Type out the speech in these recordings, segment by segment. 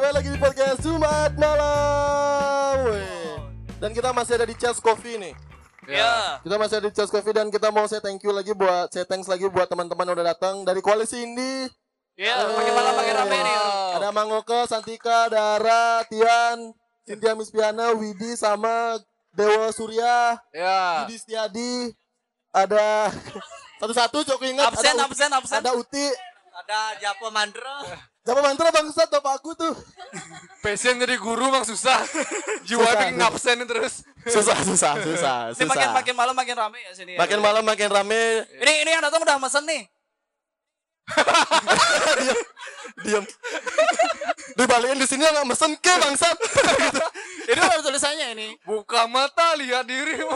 kembali lagi di podcast Jumat Malam. Dan kita masih ada di Chess Coffee nih. Ya. Kita masih ada di Chess Coffee dan kita mau thanks lagi buat teman-teman yang udah datang dari Koalisi Indie. Ya, makin malam makin rame nih. Ada Mangoke, Santika, Dara, Tian, Cynthia Mispiana, Widi sama Dewa Surya. Ya. Yudi Setiadi. Ada satu-satu cok ingat. Absen. Ada Uti. Ada Japo Mandra. Japo Mantra bangsat bapak aku tuh. Passion jadi guru mah susah. Jiwa Susah, bikin ngabsen terus. Susah. Ini makin malam makin rame ya sini. Makin malam makin rame. Ini yang datang udah mesen nih. Diam. Dibalikin di sini nggak mesen ke bangsat. Ini ada tulisannya ini. Buka mata lihat dirimu.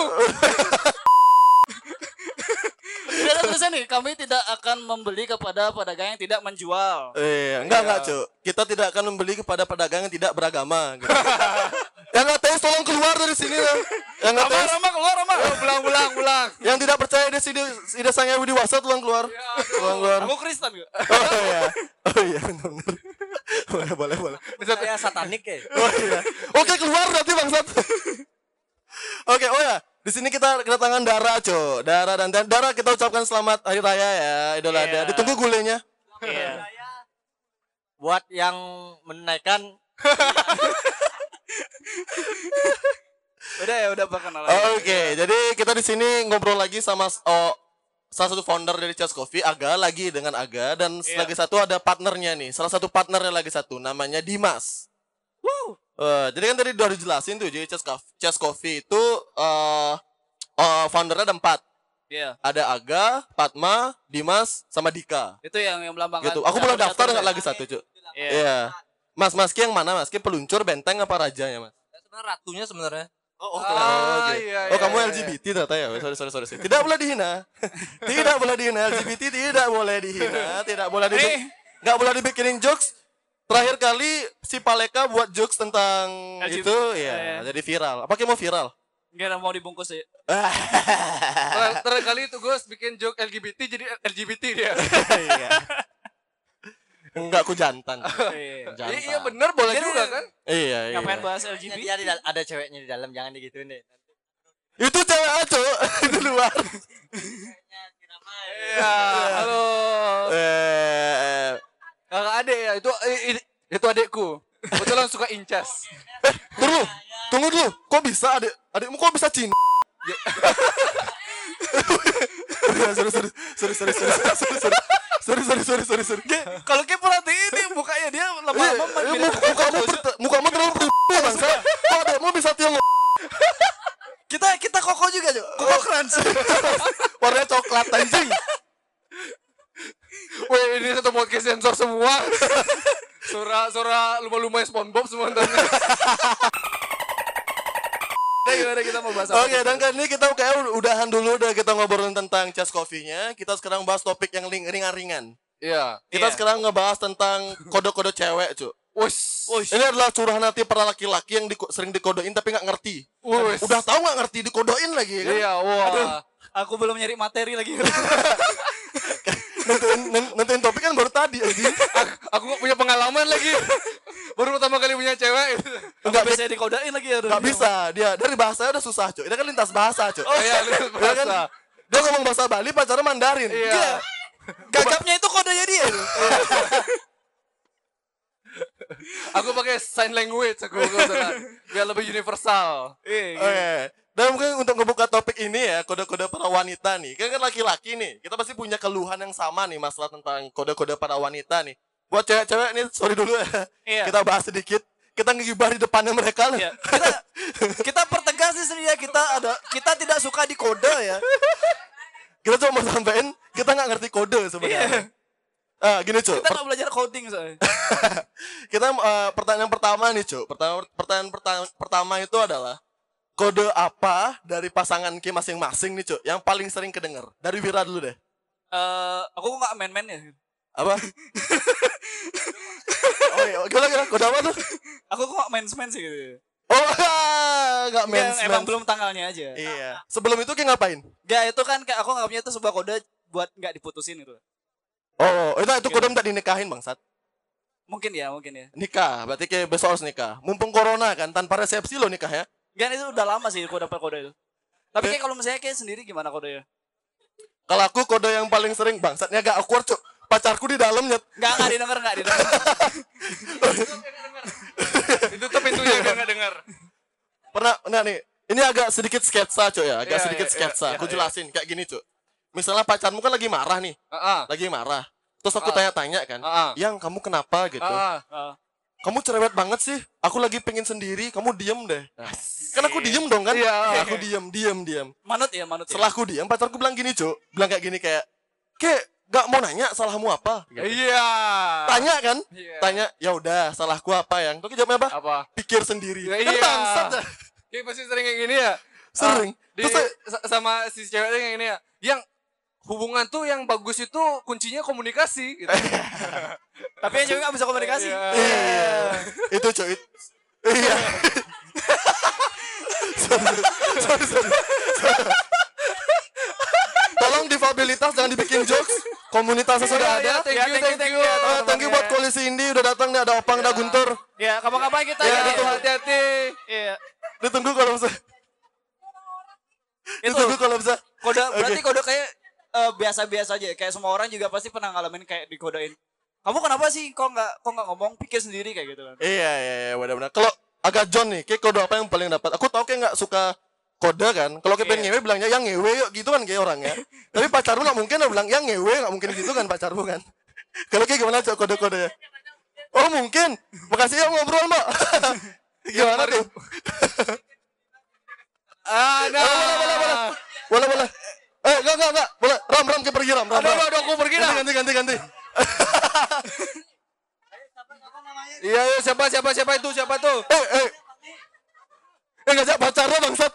Ini ada tulisan nih, kami tidak akan membeli kepada pedagang yang tidak menjual. Enggak Cuk. Kita tidak akan membeli kepada pedagang yang tidak beragama gitu. Yang nggak tes tolong keluar dari sini ya. Yang nggak tes Keluar. Pulang. yang tidak percaya ide sangnya Budi Wasa tolong keluar. Tolong keluar. Aku Kristen gak? Oh iya benar. Boleh. Saya satanik ya. Oh iya. Oke keluar berarti bangsat. Oke, oh ya. Di sini kita kedatangan Dara, Cok. Dara dan Dara kita ucapkan selamat hari raya ya, Idul Adha. Iya. Ditunggu gulenya. Iya. Buat yang menunaikan. Udah perkenalan. Oke, jadi kita di sini ngobrol lagi sama salah satu founder dari Chess Coffee, Aga lagi dengan Aga dan lagi satu ada partnernya nih. Salah satu partnernya lagi satu namanya Dimas. Jadi kan tadi udah dijelasin tuh, jadi Chess Coffee itu foundernya ada 4. Iya. Ada Aga, Padma, Dimas, sama Dika. Itu yang melambangkan. Gitu. Aku belum daftar nggak lagi satu, Cuk. Iya. Iya. Mas Ki yang mana, Mas? Ki peluncur, benteng apa rajanya, Mas? Sebenarnya ratunya sebenarnya. Iya, kamu LGBT ternyata ya. Sorry. Tidak boleh dihina. Tidak boleh dihina. LGBT tidak boleh dihina. Tidak boleh nggak boleh dibikinin jokes. Terakhir kali si Paleka buat jokes tentang LGBT. itu ya, jadi viral. Apa kamu mau viral? Enggak mau dibungkus ya. Terakhir kali itu gue bikin joke LGBT jadi LGBT dia. Iya. Enggak, aku jantan. Jantan. Iya bener boleh juga kan? Iya. Ngapain bahas LGBT? Dia ada ceweknya di dalam, jangan digituin deh. Itu cewek aja di luar. Iya. Halo. Kakak adik ya, itu adikku. Kebetulan suka incest. Tunggu dulu. Kok bisa adikmu kok bisa Cina? Sorry. Kalau kayak perhatiin ini mukanya dia lama-lama Mukamu terlalu bangsa. Kok adikmu bisa Tiongkok? kita koko juga, Jo. Koko crunch. Warnanya coklat anjing. Weh, ini satu podcast sensor semua. Suara lumba-lumba SpongeBob semua ntarnya. Gimana kita mau bahas apa? Oke, dan kali ini kita kayak udahan dulu udah kita ngobrolin tentang Chess Coffee-nya. Kita sekarang bahas topik yang ringan-ringan. Iya. Kita sekarang ngebahas tentang kode-kode cewek, Cuk. Wush. Ini adalah curahan hati para laki-laki yang sering dikodoin tapi nggak ngerti. Wush. Udah tahu nggak ngerti dikodoin lagi kan? Iya, wah. Aduh, aku belum nyari materi lagi. Nentuin topik kan baru tadi aja. Aku gak punya pengalaman lagi. Baru pertama kali punya cewek. Enggak bisa dikodain lagi ya. Nggak bisa. Dia dari bahasanya udah susah, Cuk. Ini kan lintas bahasa, Cuk. Oh iya, Dia kan bahasa. dia ngomong bahasa Bali pacarnya Mandarin. Iya. Gagapnya itu kodenya dia. Aku pakai sign language aku kebetulan. Biar lebih universal. Oke. Dan mungkin untuk ngebuka topik ini ya, kode-kode para wanita nih. Kan laki-laki nih, kita pasti punya keluhan yang sama nih masalah tentang kode-kode para wanita nih. Buat cewek-cewek nih, sorry dulu ya. Iya. Kita bahas sedikit. Kita ngegibah di depannya mereka nih. Iya. Kita pertegas di sini ya, kita tidak suka di kode ya. Kita cuma mau sampein, kita nggak ngerti kode sebenarnya. Gini Cuk. Kita nggak belajar coding soalnya. Kita pertanyaan pertama nih Cuk. Pertanyaan pertama itu adalah kode apa dari pasangan Ki masing-masing nih Cuk yang paling sering kedenger? Dari Wira dulu deh. Aku nggak main-main ya. Apa? Oh iya, gimana kode apa tuh? Aku kok nggak main-main sih gitu. Oh, nggak mens. Emang belum tanggalnya aja. Iya. Sebelum itu Ki ngapain? Gak, itu kan kayak aku nggak punya itu sebuah kode buat nggak diputusin itu. Oh, itu kode minta dinikahin bangsat. Mungkin ya. Nikah, berarti kayak besok harus nikah. Mumpung corona kan, tanpa resepsi lo nikah ya. Kan itu udah lama sih kode itu. Tapi kayak kalau misalnya kayak sendiri gimana kodenya? Kalau aku kode yang paling sering bangsatnya agak awkward, Cuk. Pacarku di dalamnya. Enggak didengar. Ditutup pintunya biar nggak dengar. Pernah, nah nih, ini agak sedikit sketsa, Cuk ya. Agak Iya, sedikit iya, sketsa. iya, Aku iya. jelasin kayak gini, Cuk. Misalnya pacarmu kan lagi marah nih. Heeh. Lagi marah. Terus aku Ah. tanya-tanya kan, Ah. "Yang kamu kenapa?" gitu. Heeh. "Kamu cerewet banget sih. Aku lagi pengen sendiri, kamu diem deh." Nah, kan aku diem dong kan? Iya. Aku diem. Manut ya. Setelah aku diem, pacarku bilang gini, Cuk. Bilang kayak gini kayak, gak mau nanya salahmu apa?" Gitu. Iya. Tanya kan? Iya. Tanya, "Ya udah, salahku apa yang?" Kok jawabnya apa? Apa? Pikir sendiri. Ya, Kan iya. bangsat ya. Kayak pasti sering kayak gini ya. Sering. Di, Terus saya- sama si ceweknya kayak gini ya. Yang hubungan tuh yang bagus itu kuncinya komunikasi gitu. Tapi yang cewek nggak bisa komunikasi. Iya. Iya. Itu Cuk. Iya. Sorry. Tolong difabilitas jangan dibikin jokes. Komunitasnya sudah Iya, ada. iya, thank you. Thank you buat koalisi Indi udah datang nih, ada Opang, ada Guntur. Ya, kapan-kapan kita Ya, ya. betul. Hati-hati. Iya. Ditunggu kalau bisa. Itu Ditunggu kalau bisa. kode Oke. berarti kode kayak biasa-biasa aja. Kayak semua orang juga pasti pernah ngalamin kayak dikodein. Kamu kenapa sih kok nggak ngomong, pikir sendiri kayak gitu kan. Iya, benar-benar. Kalau agak John nih, kayak kode apa yang paling dapat? Aku tahu kayak nggak suka kode kan. Kalau kayak pengen ngewe bilangnya yang ngewe yuk gitu kan kayak orangnya. Tapi pacarmu nggak mungkin lah bilang yang ngewe, nggak mungkin gitu kan pacarmu kan. Kalau kayak gimana Cok kode-kodenya? Oh mungkin. Makasih ya ngobrol Mbak. Gimana tuh? Boleh. Enggak. Boleh. Ram kayak pergi Ram. Aduh, aku pergi dah. Ganti. Iya, siapa tuh? Ngajak pacarnya bangsat.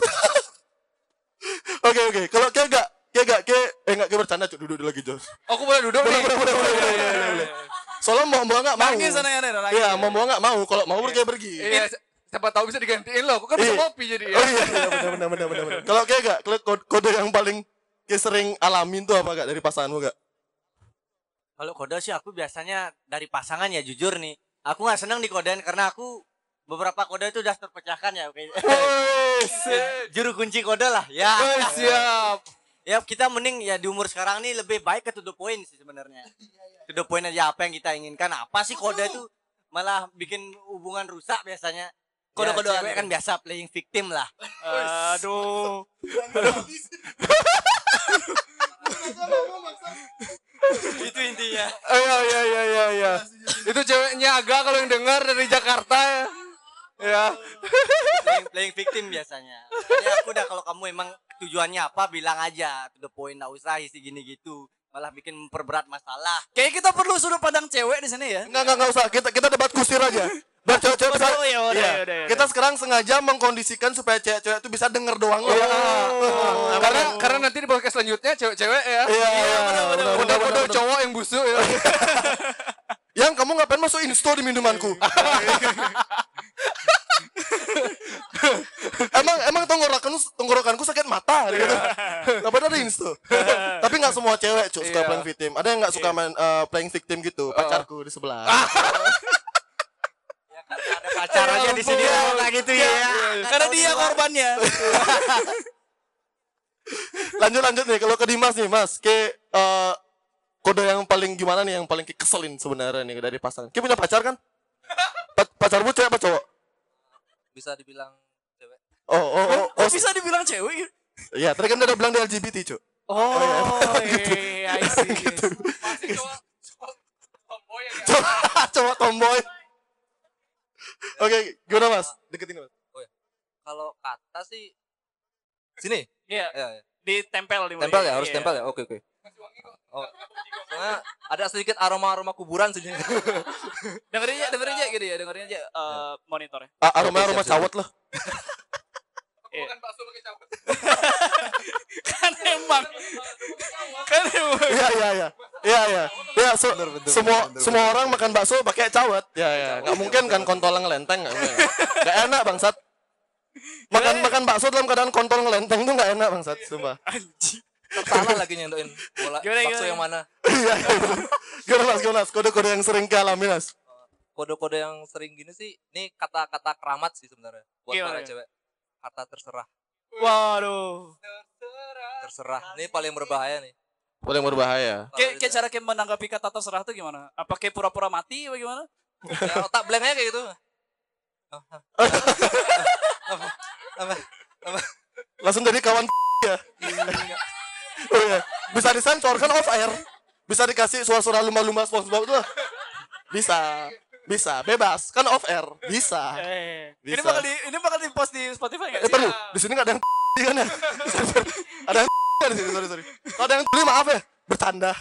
Oke. Kalau kayak enggak bercanda Cuk, duduk lagi Jos. Aku boleh duduk nih. Boleh. Soalnya mau enggak mau. Nangis sana ya, nangis. Iya, mau enggak mau. Kalau mau pergi. Iya, siapa tahu bisa digantiin loh. Aku kan bisa Iya. ngopi jadi ya. Oh iya, benar. Kalau kayak enggak, kode yang paling kayak sering alamin tuh apa enggak dari pasanganmu enggak? Kalau kode sih aku biasanya dari pasangan ya, jujur nih. Aku nggak senang dikodein karena aku beberapa kode itu udah terpecahkan ya. Juru kunci kode lah. Ya. Siap. Ya kita mending ya di umur sekarang nih lebih baik ke to the point sih sebenarnya. To the point aja apa yang kita inginkan. Apa sih kode itu malah bikin hubungan rusak biasanya. Kode-kodean. Cewek kan biasa playing victim lah. Aduh. Itu intinya. Iya. Itu ceweknya Aga kalau yang dengar dari Jakarta ya. Ya. Playing victim biasanya. Ya aku udah, kalau kamu emang tujuannya apa bilang aja to the point, enggak usah isi gini gitu. Malah bikin memperberat masalah. Kayak kita perlu sudut pandang cewek di sini ya. Enggak usah. Kita debat kusir aja. Biar cewek-cewek bisa. Oh, ya udah. Kita sekarang sengaja mengkondisikan supaya cewek-cewek itu bisa denger doang. Karena nanti di podcast selanjutnya cewek-cewek ya. Iya, Kode-kode cowok yang busuk ya. Yang kamu ngapain masuk insto di minumanku? emang tenggorokanku sakit mata gitu. Ngapain ada insto? Tapi nggak semua cewek Cuk, suka Iya. playing victim. Ada yang nggak suka main playing victim gitu. Pacarku di sebelah. Ada pacar aja di sini kayak gitu ya. Karena dia korbannya. Lanjut nih, kalau ke Dimas nih Mas, kode yang paling gimana nih, yang paling keselin sebenarnya nih dari pasangan? Punya pacar kan? Pacarmu cewek apa cowok? Bisa dibilang cewek. Oh, Bisa dibilang cewek. iya, tadi kan udah bilang di LGBT, Cuk. Iya, I see. Masih cowok tomboy ya. Cowok tomboy. Oke, gimana Mas? Deketin Mas. Kalau kata sih sini. Iya, Ya, ya. ditempel di Tempel ya, Iya. harus tempel ya. Oke. Oh. Soalnya ada sedikit aroma kuburan sini. Dengerin aja gitu ya, dengerin aja monitornya. Aroma siap. cawet lah. Bukan bakso pakai cawet. Kan emang. Iya. Ya, semua orang makan bakso pakai cawet. Ya. Enggak mungkin kan kontol ngelenteng enggak. Enggak enak bangsat. Makan bakso dalam keadaan kontol ngelenteng tuh enggak enak bangsat, sumpah. Salah lagi nyentuhin bola Gimana, bakso gimana? yang mana. Iya. Gimana Mas? Kode-kode yang sering kealami Mas. kode-kode yang sering gini sih, ini kata-kata keramat sih sebenarnya buat Gimana, para gimana? cewek. Kata terserah. Waduh. Terserah. Ini paling berbahaya nih. Paling berbahaya. Kayak cara kayak menanggapi kata terserah tuh gimana? Apa kayak pura-pura mati apa gimana? Ya, otak blank aja kayak gitu. Langsung dari kawan ya. Oh iya. Bisa disensor kan off air. Bisa dikasih suara-suara lumba-lumba SpongeBob tuh. Bisa, bebas. Kan off air. Bisa. Ini Bisa. bakal di post di Spotify enggak sih? Perlu. Di sini enggak ada yang kan ya? Ada yang di sini, sorry. Kalau ada yang beli maaf ya, bercanda.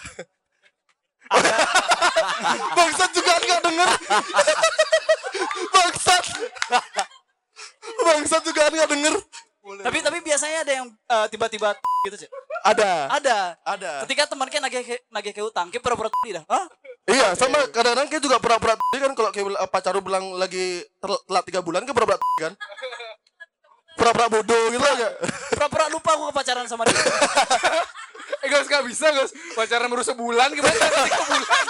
Bangsat juga enggak denger. Bangsat juga enggak denger. Tapi biasanya ada yang tiba-tiba gitu sih. Ada. Ketika teman kayak nagih ke utang, kayak pura-pura dah. Hah? Iya, sama kadang-kadang kayak juga pura-pura kan kalau kayak pacar lu bilang lagi telat 3 bulan kan pura-pura kan. Pura-pura bodoh gitu aja. Pura-pura lupa aku pacaran sama dia. Guys, gak bisa guys. Pacaran baru sebulan gimana? 3 bulan.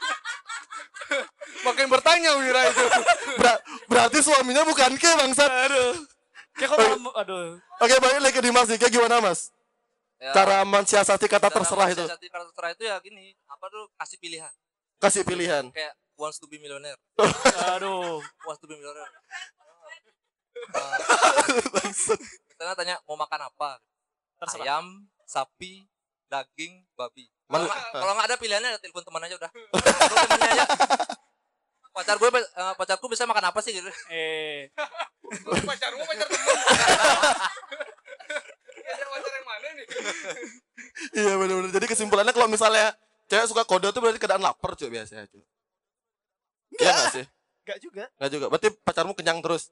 Makin bertanya Wira itu. Berarti suaminya bukan ke bangsat. Aduh. Kayak kok malam, aduh. Oke, balik lagi ke Dimas nih. Kayak gimana, Mas? Ya, Cara mensiasati kata cara terserah itu. mensiasati kata terserah itu ya gini, apa tuh kasih pilihan. Kasih pilihan. Kayak wants to be millionaire. Aduh. Wants to be millionaire. Misalnya tanya mau makan apa? Terserah. Ayam, sapi, daging, babi. Mana- Kalau nggak ada pilihannya, ada telepon teman aja udah. Telepon temennya aja. Pacarku bisa makan apa sih gitu? Pacarmu pacar temen. Pacar yang mana nih? Iya benar-benar. Jadi kesimpulannya kalau misalnya cewek suka kode itu berarti keadaan lapar cuy biasanya cuy. Iya nggak sih? Enggak juga. Nggak juga. Berarti pacarmu kenyang terus.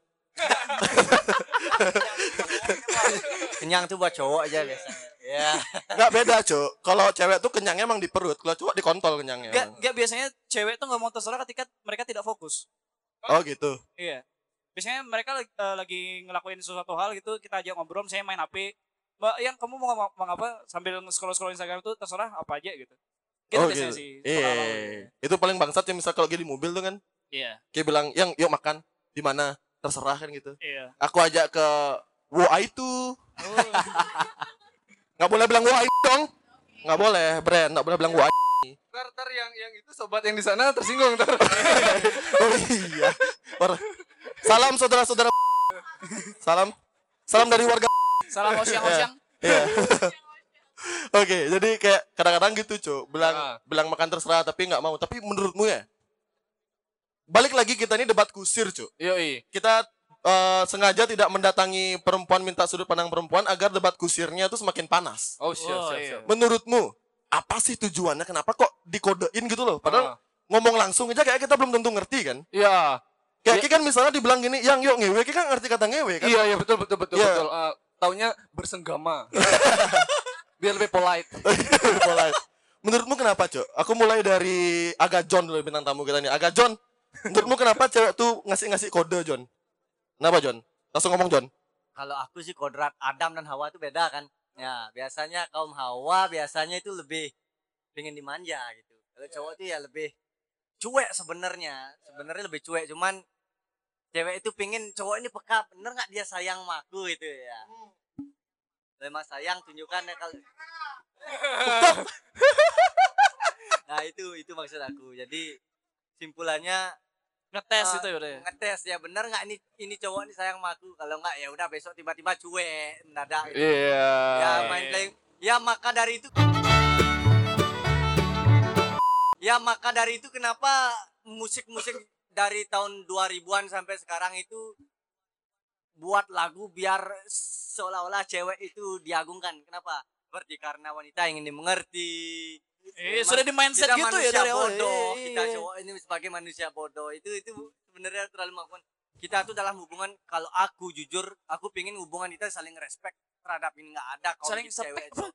Kenyang tuh buat cowok aja biasanya. Ya. Nggak beda cuy. Kalau cewek tuh kenyangnya emang di perut. Kalau cowok di kontol kenyangnya. Enggak biasanya cewek tuh enggak mau terserah ketika mereka tidak fokus. Oh gitu. Iya. Biasanya mereka lagi ngelakuin sesuatu hal gitu, kita ajak ngobrol, misalnya main HP. Mbak, yang kamu mau apa sambil scroll Instagram itu terserah apa aja gitu. Gitu Oh biasanya gitu. sih. Iya. pengalaman. Itu paling bangsat ya misal kalau lagi di mobil tuh kan. Iya. Kayak bilang, "Yang yuk makan di mana?" Terserah kan gitu. Iya. Aku ajak ke Woa itu. Oh. Nggak boleh bilang Woa itu dong. Nggak boleh, brand. Nggak boleh bilang Woa. Ntar yang itu sobat yang di sana tersinggung ntar. Oh iya. Salam saudara-saudara. Salam dari warga. Salam osiang-osiang. Iya. Oke, jadi kayak kadang-kadang gitu, Cuk. Bilang makan terserah tapi nggak mau. Tapi menurutmu ya? Balik lagi kita ini debat kusir, Cuk. Yoi. Kita sengaja tidak mendatangi perempuan minta sudut pandang perempuan agar debat kusirnya itu semakin panas. Oh siap. iya. Menurutmu apa sih tujuannya? Kenapa kok dikodein gitu loh? Padahal ngomong langsung aja kayak kita belum tentu ngerti kan? Iya. Kayak Ki kan misalnya dibilang gini, yang yuk ngewe, Ki kan ngerti kata ngewe kan? Iya betul. Iya. Taunya bersenggama. Biar lebih polite. Polite. Menurutmu kenapa, Cok? Aku mulai dari Aga John dulu bintang tamu kita nih. Aga John, menurutmu kenapa cewek tuh ngasih kode, John? Kenapa, John? Langsung ngomong, John. Kalau aku sih kodrat Adam dan Hawa itu beda kan. Ya, biasanya kaum Hawa biasanya itu lebih pengen dimanja gitu. Kalau cowok itu ya lebih cuek sebenarnya. Sebenarnya lebih cuek, cuman cewek itu pengen cowok ini peka, bener nggak dia sayang sama aku gitu ya. Lemah sayang tunjukkan ya kalau. Nah, itu maksud aku. Jadi simpulannya Ngetes itu ya udah ya. ngetes ya bener nggak ini cowok ini sayang sama aku, kalau nggak ya udah besok tiba-tiba cuek mendadak gitu. Iya. Ya main playing. Maka dari itu kenapa musik-musik dari tahun 2000-an sampai sekarang itu buat lagu biar seolah-olah cewek itu diagungkan. Kenapa? Seperti karena wanita ingin dimengerti. Sudah di mindset Kita gitu ya manusia dari awal. bodoh. Iya. Kita cowok ini sebagai manusia bodoh. Itu sebenarnya terlalu melakukan. Kita tuh dalam hubungan, kalau aku jujur, aku pingin hubungan kita saling respect terhadap ini, nggak ada kalau Saling cewek. apa?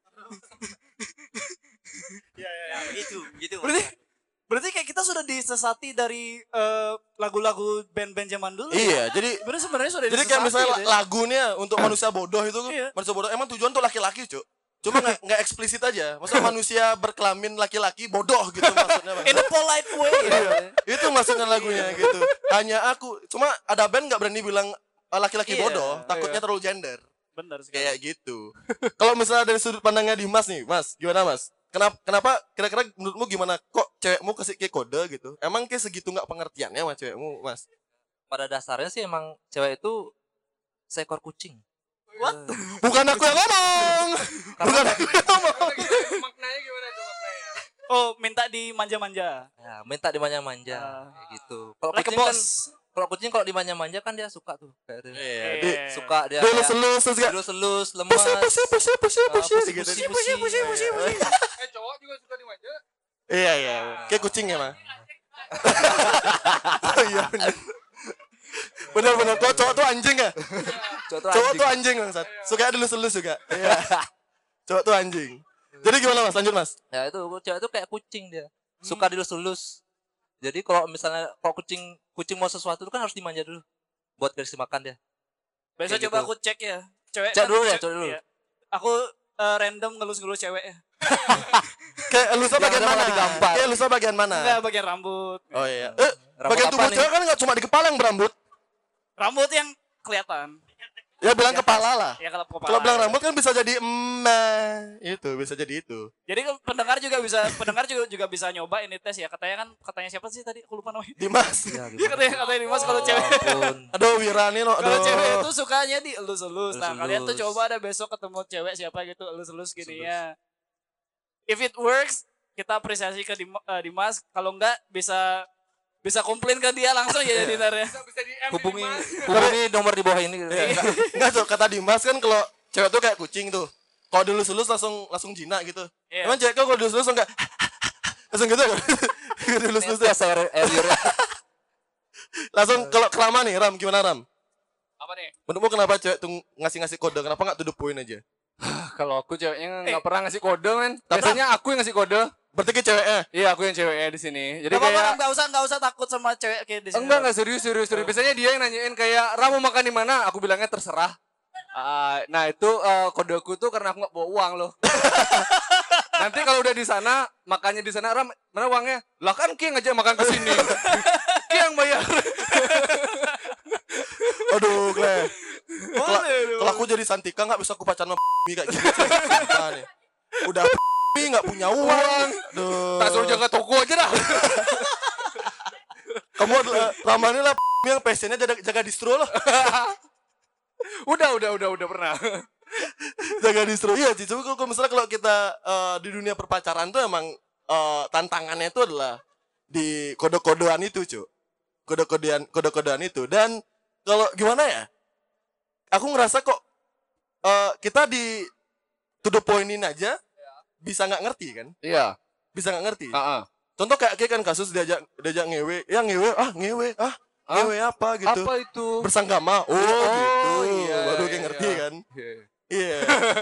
Ya gitu. Berarti kayak kita sudah disesati dari lagu-lagu band-band zaman dulu. Iya, jadi Sebenarnya sudah kayak disesati misalnya gitu ya. lagunya untuk manusia bodoh itu, Iya. manusia bodoh emang tujuan tuh laki-laki, Cuk. Cuma nggak eksplisit aja. Maksudnya manusia berkelamin laki-laki bodoh gitu maksudnya. Bang. In a polite way. Iya, itu maksudnya lagunya gitu. Hanya aku. Cuma ada band nggak berani bilang laki-laki Iya, bodoh, takutnya terlalu gender. Benar sekali. Kayak gitu. Kalau misalnya dari sudut pandangnya Dimas nih, Mas, gimana Mas? Kenapa kira-kira menurutmu gimana kok cewekmu kasih kayak kode gitu? Emang kayak segitu nggak pengertiannya sama cewekmu, Mas? Pada dasarnya sih emang cewek itu seekor kucing. Bukan aku yang ngomong. Bukan aku yang ngomong. Maknanya gimana tuh maknanya? Oh, minta dimanja-manja. Ya, minta dimanja-manja kayak gitu. Kalau Like a kucing kan boss. kalau dimanja-manja kan dia suka tuh. Kayak gitu. Iya, Suka dia dia kayak selus terus kayak selus lemas. pusi gitu. Cowok juga suka dimanja. Iya, kayak kucing ya, Mas. Oh iya benar. Benar. Kok cowok tuh anjing ya? Cowok tuh anjing bangsat. Suka dilus-elus juga. Iya. Cowok tuh anjing. Jadi gimana Mas? Lanjut Mas. Ya itu cewek itu kayak kucing dia. Suka dilus-lus. Jadi kalau misalnya kucing mau sesuatu itu kan harus dimanja dulu buat kasih makan dia. Besok Kayak coba gitu. aku cek ya. Cewek Cek kan dulu ya, cek dulu. iya. Aku random ngelus-ngelus cewek ya. Kayak elusnya Jangan bagian malah mana? digampar. Kayak elusnya bagian mana? Enggak, bagian rambut. Oh iya. Rambut Bagian apa tubuh nih? cewek kan nggak cuma di kepala yang berambut. Rambut yang kelihatan. Ya bilang kepala lah. Ya kalau kepala. Kalau bilang rambut kan bisa jadi itu bisa jadi itu. Jadi kan pendengar juga bisa nyoba ini tes ya. Katanya siapa sih tadi? Aku lupa namanya. Dimas. Ya, Katanya Dimas kalau cewek. ampun. Aduh Wira nih no. Kalau Aduh. cewek itu sukanya dielus-elus. Nah, Elus-elus. kalian tuh coba ada besok ketemu cewek siapa gitu elus-elus gini ya. If it works, kita apresiasi ke Dimas. Kalau enggak bisa komplain ke dia langsung ya jadi ntar ya. Bisa di hubungi nomor di bawah ini. Enggak Cok, kata Dimas kan kalau cewek tuh kayak kucing tuh. Kalau dilus-lus langsung jinak gitu. Iya. Emang cewek kalau dilus-lus langsung kayak langsung gitu kan. Dilus-lus tuh. Biasa air Langsung kalau kelamaan nih Ram, gimana Ram? Apa nih? Menurutmu kenapa cewek tuh ngasih kode? Kenapa enggak to the point aja? Kalau aku ceweknya nggak pernah ngasih kode men. Biasanya aku yang ngasih kode. Berarti ke ceweknya. Iya aku yang ceweknya di sini. Jadi Gak apa-apa, kayak enggak usah takut sama cewek kayak di sini. enggak serius. Biasanya dia yang nanyain kayak Ram mau makan di mana? Aku bilangnya terserah. Nah itu kodeku tuh karena aku nggak bawa uang loh. Nanti kalau udah di sana makannya di sana Ram mana uangnya? Lah kan Ki yang ngajak makan ke sini. Ki yang bayar. Aduh, Kle. Kalau aku jadi Santika nggak bisa aku pacaran sama kayak gitu. Sumpah nih. Udah nggak punya uang. Aduh. Tak suruh jaga toko aja dah. Kamu Ramani lah yang passionnya jaga distro loh. Udah pernah. Jaga distro. Iya, Ci. Coba kalau misalnya kalau kita di dunia perpacaran tuh emang tantangannya itu adalah di kode-kodean itu, Cuk. Kode-kodean itu. Dan kalau gimana ya? Aku ngerasa kok kita di to the point-in aja bisa nggak ngerti kan? Iya. Bisa nggak ngerti. Heeh. Contoh kayak kan kasus diajak ngewe, ya ngewe apa gitu. Apa itu? Bersanggama. Oh, gitu. iya, Baru kayak iya. ngerti kan? Iya.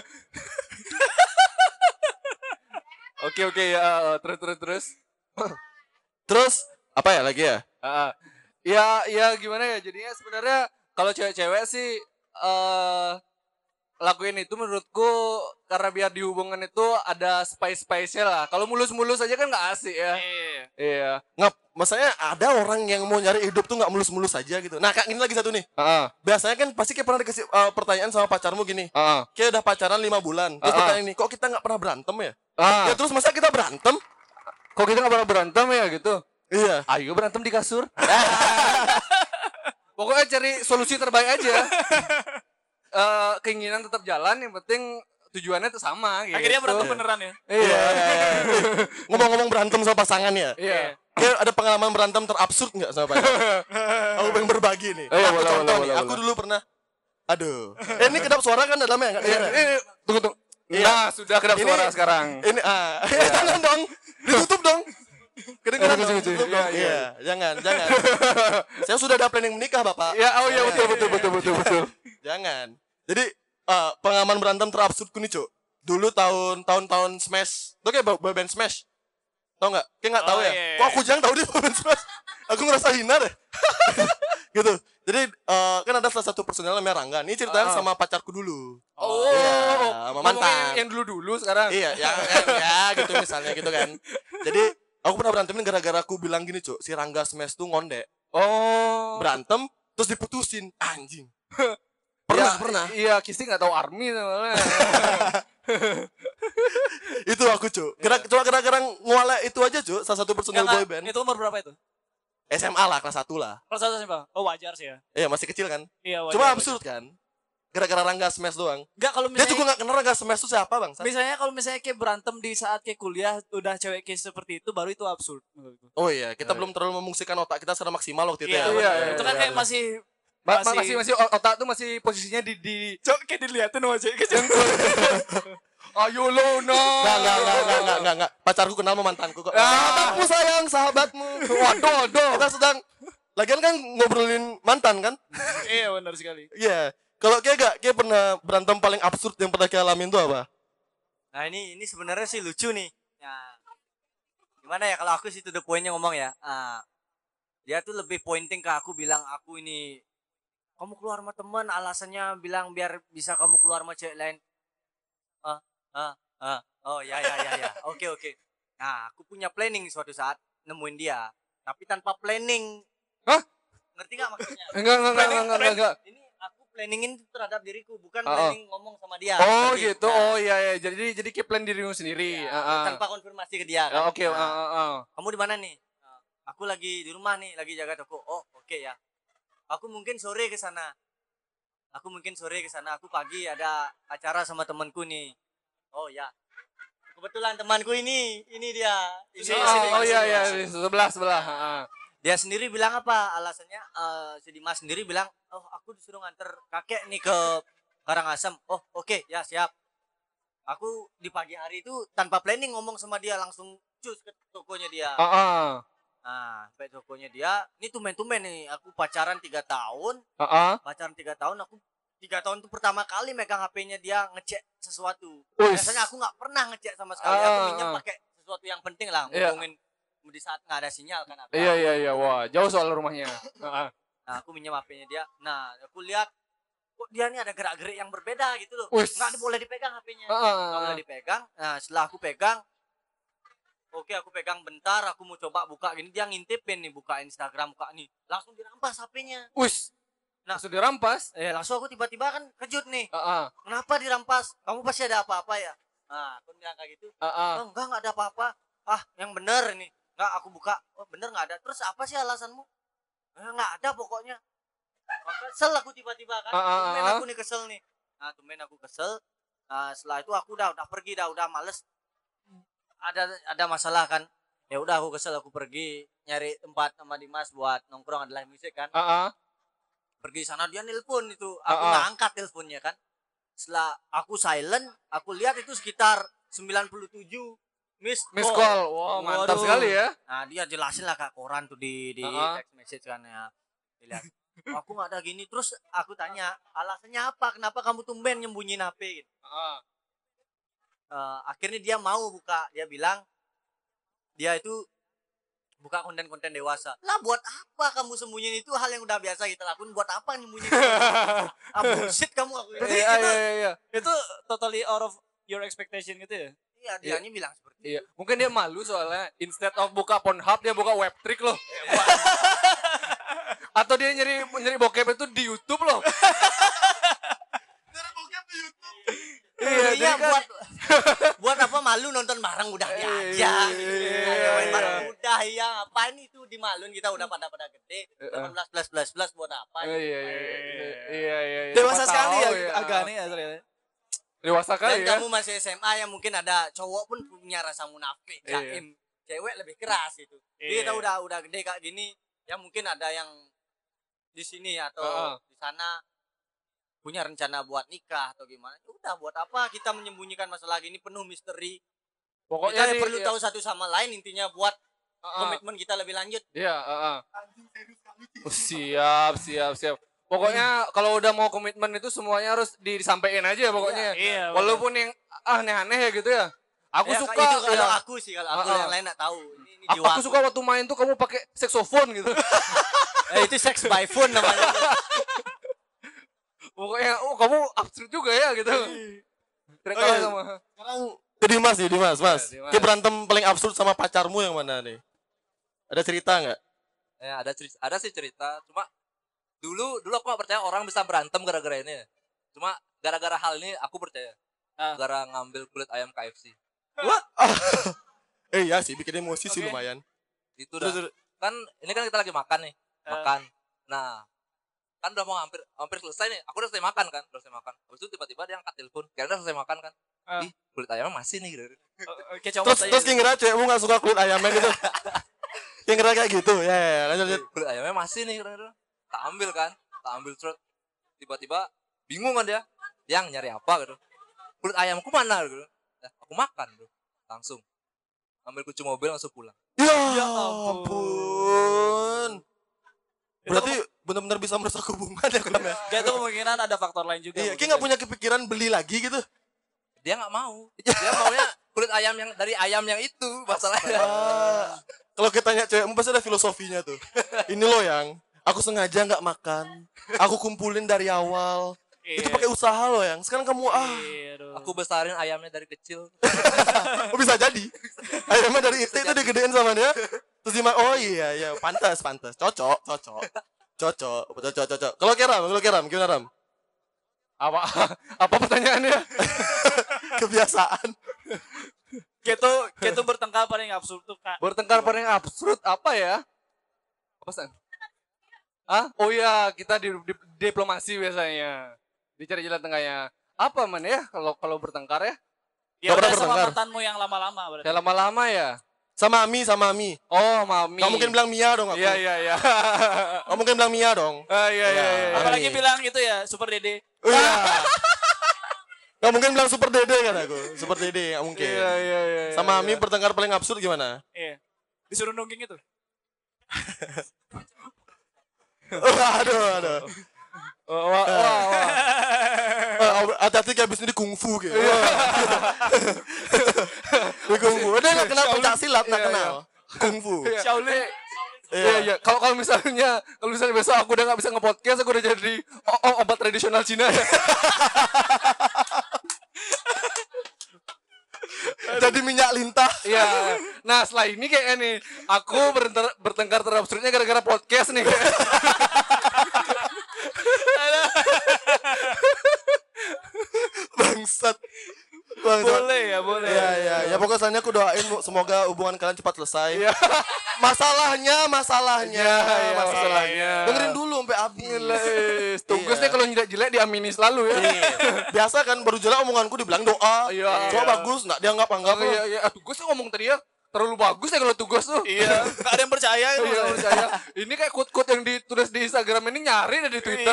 Oke ya terus. Terus apa ya lagi ya? Ya gimana ya jadinya sebenarnya kalau cewek-cewek sih lakuin itu menurutku karena biar di hubungan itu ada spice-nya lah. Kalau mulus-mulus aja kan nggak asik ya. Iya. Nggak, maksudnya ada orang yang mau nyari hidup tuh nggak mulus-mulus aja gitu. Nah, Kak, ini lagi satu nih. Biasanya kan pasti kayak pernah dikasih pertanyaan sama pacarmu gini. Kayak udah pacaran 5 bulan. Terus pertanyaan ini, kok kita nggak pernah berantem ya? Ya terus masa kita berantem? Kok kita nggak pernah berantem ya gitu? Iya. Ayo berantem di kasur. Pokoknya cari solusi terbaik aja. Keinginan tetap jalan, yang penting tujuannya tuh sama gitu. Akhirnya berantem beneran ya. Iya. Ngomong-ngomong berantem sama pasangan ya. Iya. Kayak ada pengalaman berantem terabsurd nggak sama pacar? Aku pengen berbagi nih. Iya, Aku boleh, contoh boleh, nih. boleh, Aku dulu pernah. Aduh. Ini kedap suara kan dalamnya nggak kedengeran? Tunggu. Iya. Nah, sudah kedap Ini- suara sekarang. Ini jangan dong. Ditutup dong. Kedengeran dong. Kecil-kecil. Ditutup dong. Iya. Iya, jangan. Saya sudah ada planning menikah, Bapak. Ya, oh iya betul. Jangan. Jadi pengalaman berantem terabsurdku nih, Cuk. Dulu tahun Smash. Itu kayak boy band Smash. Tahu nggak? Kayak nggak tahu Oh, ya. iya. Kok aku jangan tahu dia boy band Smash. Aku ngerasa hina deh. Gitu. Jadi kan ada salah satu personel namanya Rangga. Ini ceritanya sama pacarku dulu. Oh, Iya, sama ngomongin Mantan. yang dulu-dulu sekarang. Iya, ya gitu misalnya gitu kan. Jadi aku pernah berantemin gara-gara aku bilang gini, Cuk, si Rangga Smash tuh ngondek. Oh. Berantem terus diputusin. Anjing. Pernah. Iya, Kisti nggak tahu army soalnya. Itu aku, Cuk. Cuma gara-gara ngualek itu aja, Cuk, salah satu personil boy band. Itu umur berapa itu? SMA lah, kelas 1 lah. Kelas 1 sih, Bang. Oh, wajar sih ya. Iya, masih kecil kan. Iya, wajar. Cuma wajar. absurd kan. Gara-gara Rangga Smash doang. Enggak kalau Dia misalnya juga gak kenal Rangga Smash itu siapa, Bang. misalnya kalau misalnya kayak berantem di saat kayak kuliah udah cewek kayak seperti itu baru itu absurd menurutku. Oh iya, kita belum terlalu memungsikan otak kita secara maksimal waktu itu ya. iya, Itu kan kayak masih Masih otak tuh masih posisinya di cok kayak dilihatin sama cewek kejengkul. ayo lo no. Enggak. Pacarku kenal sama mantanku kok. Ah. Sahabatmu sayang, sahabatmu. Waduh. Kita sedang lagian kan ngobrolin mantan kan? Iya, benar sekali. Iya. Kalau kayak pernah berantem paling absurd yang pernah kayak alamin tuh apa? Nah ini sebenarnya sih lucu nih. Ya, gimana ya kalau aku sih to the point-nya ngomong ya. Dia tuh lebih pointing ke aku bilang aku ini kamu keluar sama teman alasannya bilang biar bisa kamu keluar sama cewek lain. Oh ya. Oke. Nah aku punya planning suatu saat nemuin dia, tapi tanpa planning. Hah? Ngerti nggak maksudnya? Enggak. Ini aku planningin terhadap diriku, bukan Oh. planning ngomong sama dia. Oh Ngerti? gitu. Nah, Oh iya. Jadi keep plan dirimu sendiri. ya, tanpa konfirmasi ke dia. Kan? Oke. Nah, kamu di mana nih? Aku lagi di rumah nih, lagi jaga toko. Oh, oke ya. Aku mungkin sore ke sana. Aku pagi ada acara sama temanku nih. Oh ya. Kebetulan temanku ini dia. Oh iya. Sebelah. Dia sendiri bilang apa? Alasannya si Dimas sendiri bilang, "Oh, aku disuruh nganter kakek nih ke Karangasem." Oh, oke, ya siap. Aku di pagi hari itu tanpa planning ngomong sama dia, langsung cus ke tokonya dia. Nah, sampai tokonya dia, ini tumen-tumen nih, aku pacaran 3 tahun. Aku 3 tahun itu pertama kali megang HP-nya dia ngecek sesuatu. Biasanya aku nggak pernah ngecek sama sekali. Aku minjem pakai sesuatu yang penting lah, ngomongin di saat nggak ada sinyal kan. Iya. Wah, jauh soal rumahnya. Nah, aku minjem HP-nya dia. Nah, aku lihat kok dia ini ada gerak-gerik yang berbeda gitu loh. Nggak boleh dipegang HP-nya. Nggak boleh dipegang. Nah, setelah aku pegang, oke, aku pegang bentar, aku mau coba buka gini, dia ngintipin nih, buka Instagram, buka nih. Langsung dirampas HP-nya. Langsung dirampas. Langsung aku tiba-tiba kan kejut nih. Heeh. Kenapa dirampas? Kamu pasti ada apa-apa ya? Nah, aku bilang kayak gitu. Oh, enggak ada apa-apa. Yang bener nih. Enggak, aku buka. Oh, bener nggak ada. Terus apa sih alasanmu? Nggak ada pokoknya. Kesel aku tiba-tiba kan. Tumen aku nih kesel nih. Nah, tumen aku kesel. Nah, setelah itu aku udah pergi udah males. Ada masalah kan. Ya udah aku kesel, aku pergi nyari tempat sama Dimas buat nongkrong, ada live musik kan. Pergi sana dia nelpon itu. Aku nggak angkat teleponnya kan. Setelah aku silent, aku lihat itu sekitar 97 miss call. Wow, mantap Waduh. sekali ya. Nah, dia jelasin lah kak koran tuh di text message kan ya. Dilihat. Aku nggak ada gini. Terus aku tanya, alasannya apa? Kenapa kamu tumben nyembunyiin HP? Gitu. Akhirnya dia mau buka. Dia bilang dia itu buka konten-konten dewasa. Lah buat apa kamu sembunyiin, itu hal yang udah biasa kita lakuin. Buat apa nyembunyiin? Bullshit kamu aku. Iya. Itu totally out of your expectation gitu ya. Iya, dianya bilang seperti itu. Iya, mungkin dia malu soalnya instead of buka Pornhub dia buka Webtrick loh. Atau dia nyari bokep itu di YouTube loh. Iya, kan- buat apa malu nonton bareng, udah diajak. Main bareng udah ya, ngapain itu dimaluin, kita udah pada gede. 18 plus buat apa? Iya. Dewasa Siapa sekali tahu ya, agak aneh ya ternyata. Dewasa kali Dan ya. kamu masih SMA yang mungkin ada cowok pun punya rasa munafik, jaim. Cewek lebih keras itu. Jadi kita udah gede kayak gini, ya mungkin ada yang di sini atau di sana punya rencana buat nikah atau gimana. Udah buat apa kita menyembunyikan masalah gini, penuh misteri. Pokoknya Kita perlu tahu satu sama lain, intinya buat komitmen kita lebih lanjut. Iya, Siap. Pokoknya kalau udah mau komitmen itu semuanya harus disampaikan aja pokoknya. Iya, Walaupun yang aneh-aneh ya gitu ya. Aku Ya, suka itu kalau ya. aku sih, kalau aku yang lain enggak tahu. Ini Aku jiwa suka waktu main tuh kamu pakai saxophone gitu. itu sex by phone namanya. Pokoknya kamu absurd juga ya gitu. Tidak Oke. kalah sama. Sekarang ke Dimas nih, Dimas, Mas. Ya, Dimas. Kayak berantem paling absurd sama pacarmu yang mana nih? Ada cerita nggak? Ya ada sih cerita. Cuma dulu aku gak percaya orang bisa berantem gara-gara ini. Cuma gara-gara hal ini aku percaya. Gara ngambil kulit ayam KFC. Ya sih, bikin emosi sih Oke. lumayan. Itu dah. Kan ini kan kita lagi makan nih. Makan. Nah, kan udah mau hampir selesai nih. Aku udah selesai makan kan, Habis itu tiba-tiba dia angkat telepon. Kira udah selesai makan kan. Ih, kulit ayamnya masih nih gitu. Oke, coba Terus kira cewekmu nggak suka kulit ayamnya gitu? Kira kayak gitu, ya, lanjut. Kulit ayamnya masih nih kira. Tak ambil kan. Tak ambil terus. Tiba-tiba bingung kan dia. Yang nyari apa gitu. Kulit ayamku mana gitu. Nah, aku makan bro. Langsung ambil kunci mobil langsung pulang. Ya ampun. ampun. Berarti benar-benar bisa merusak hubungan ya kan ya? Gak, itu kemungkinan ada faktor lain juga. Iya, mungkin. kayak nggak punya kepikiran beli lagi gitu. Dia nggak mau. Dia maunya kulit ayam yang dari ayam yang itu masalahnya. Kalau kita tanya cewekmu pasti ada filosofinya tuh. Ini loh yang aku sengaja nggak makan, aku kumpulin dari awal. Iya. Itu pakai usaha loh yang. Sekarang kamu Iya, aduh. Aku besarin ayamnya dari kecil. bisa jadi. Ayamnya dari itu digedein sama dia. Terus oh iya, pantas, cocok. Kalau Keram, gimana Ram? Apa pertanyaannya? Kebiasaan. Gitu bertengkar paling absurd tuh, Kak. Bertengkar paling absurd apa ya? Apa San? Oh iya, kita di diplomasi biasanya. Dicari jalan tengahnya. Apa man ya kalau bertengkar ya? Ya Gak pernah udah sama bertengkar. mantanmu yang lama-lama berarti. Kayak lama-lama ya? Sama Ami. Oh, Mami. Gak mungkin bilang Mia dong aku. Iya. Gak mungkin bilang Mia dong. Iya. Apalagi Ami. bilang itu ya, Super Dede. Iya. Gak mungkin bilang Super Dede kan aku. Super Dede gak mungkin. Iya. Sama Ami bertengkar paling absurd gimana? Iya. Disuruh nungging itu. Aduh. Wah. Hati-hati kayak abis ini kungfu gitu. Di kungfu. Dia gak kenal pencak silat, gak Iya, kenal. Kungfu. Shaolin. Iya. Kalau misalnya besok aku udah nggak bisa nge-podcast, aku udah jadi obat tradisional Cina. Jadi minyak lintah. Iya. Nah, setelah ini kayaknya nih, aku bertengkar terabsurdnya gara-gara podcast nih. Bangsat. Boleh. Ya pokoknya aku doain semoga hubungan kalian cepat selesai. Iya. Masalahnya. Iya, masalahnya. Dengerin dulu sampai habis. Tunggu Iya. nih kalau jelek diamini selalu ya. Biasa kan baru jalan omonganku dibilang doa. Iya. Coba bagus, nggak dianggap-anggap. Iya. Tugas tuh ngomong tadi ya. Terlalu bagus ya kalau tugas tuh. Iya. Gak ada yang percaya itu. Iya, percaya. Ini kayak quote-quote yang ditulis di Instagram ini nyari deh di Twitter.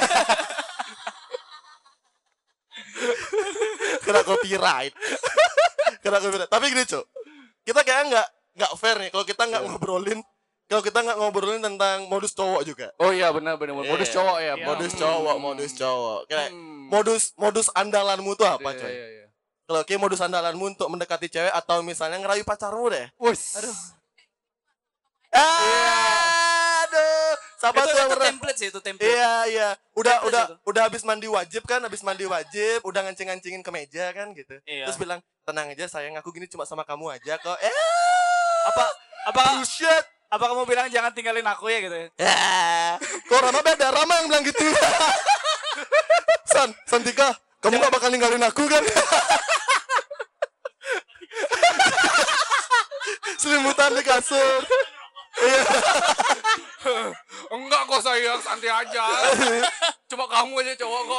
Kena copyright. Tapi gini, Cok. Kita kayaknya nggak fair nih kalau kita nggak ngobrolin tentang modus cowok juga. Oh iya benar. Modus Iya. cowok ya. Iya. Modus cowok. Kayak modus andalanmu tuh apa, coy? Iya. Kalau kayak modus andalanmu untuk mendekati cewek atau misalnya ngerayu pacarmu deh. Wus. Aduh. Aduh. Siapa tuh yang Itu pernah? template sih, itu template. Iya. Udah Template itu. udah habis mandi wajib, udah ngancing-ngancingin ke meja kan gitu. Iya. Terus bilang, "Tenang aja sayang, aku gini cuma sama kamu aja kok." Apa Bullshit. apa kamu bilang jangan tinggalin aku ya gitu ya? Kok Rama beda? Rama yang bilang gitu. Santika, kamu gak bakal ninggalin aku kan? Selimutan di kasur. Enggak kok sayang, santai aja. Cuma kamu aja cowok kok.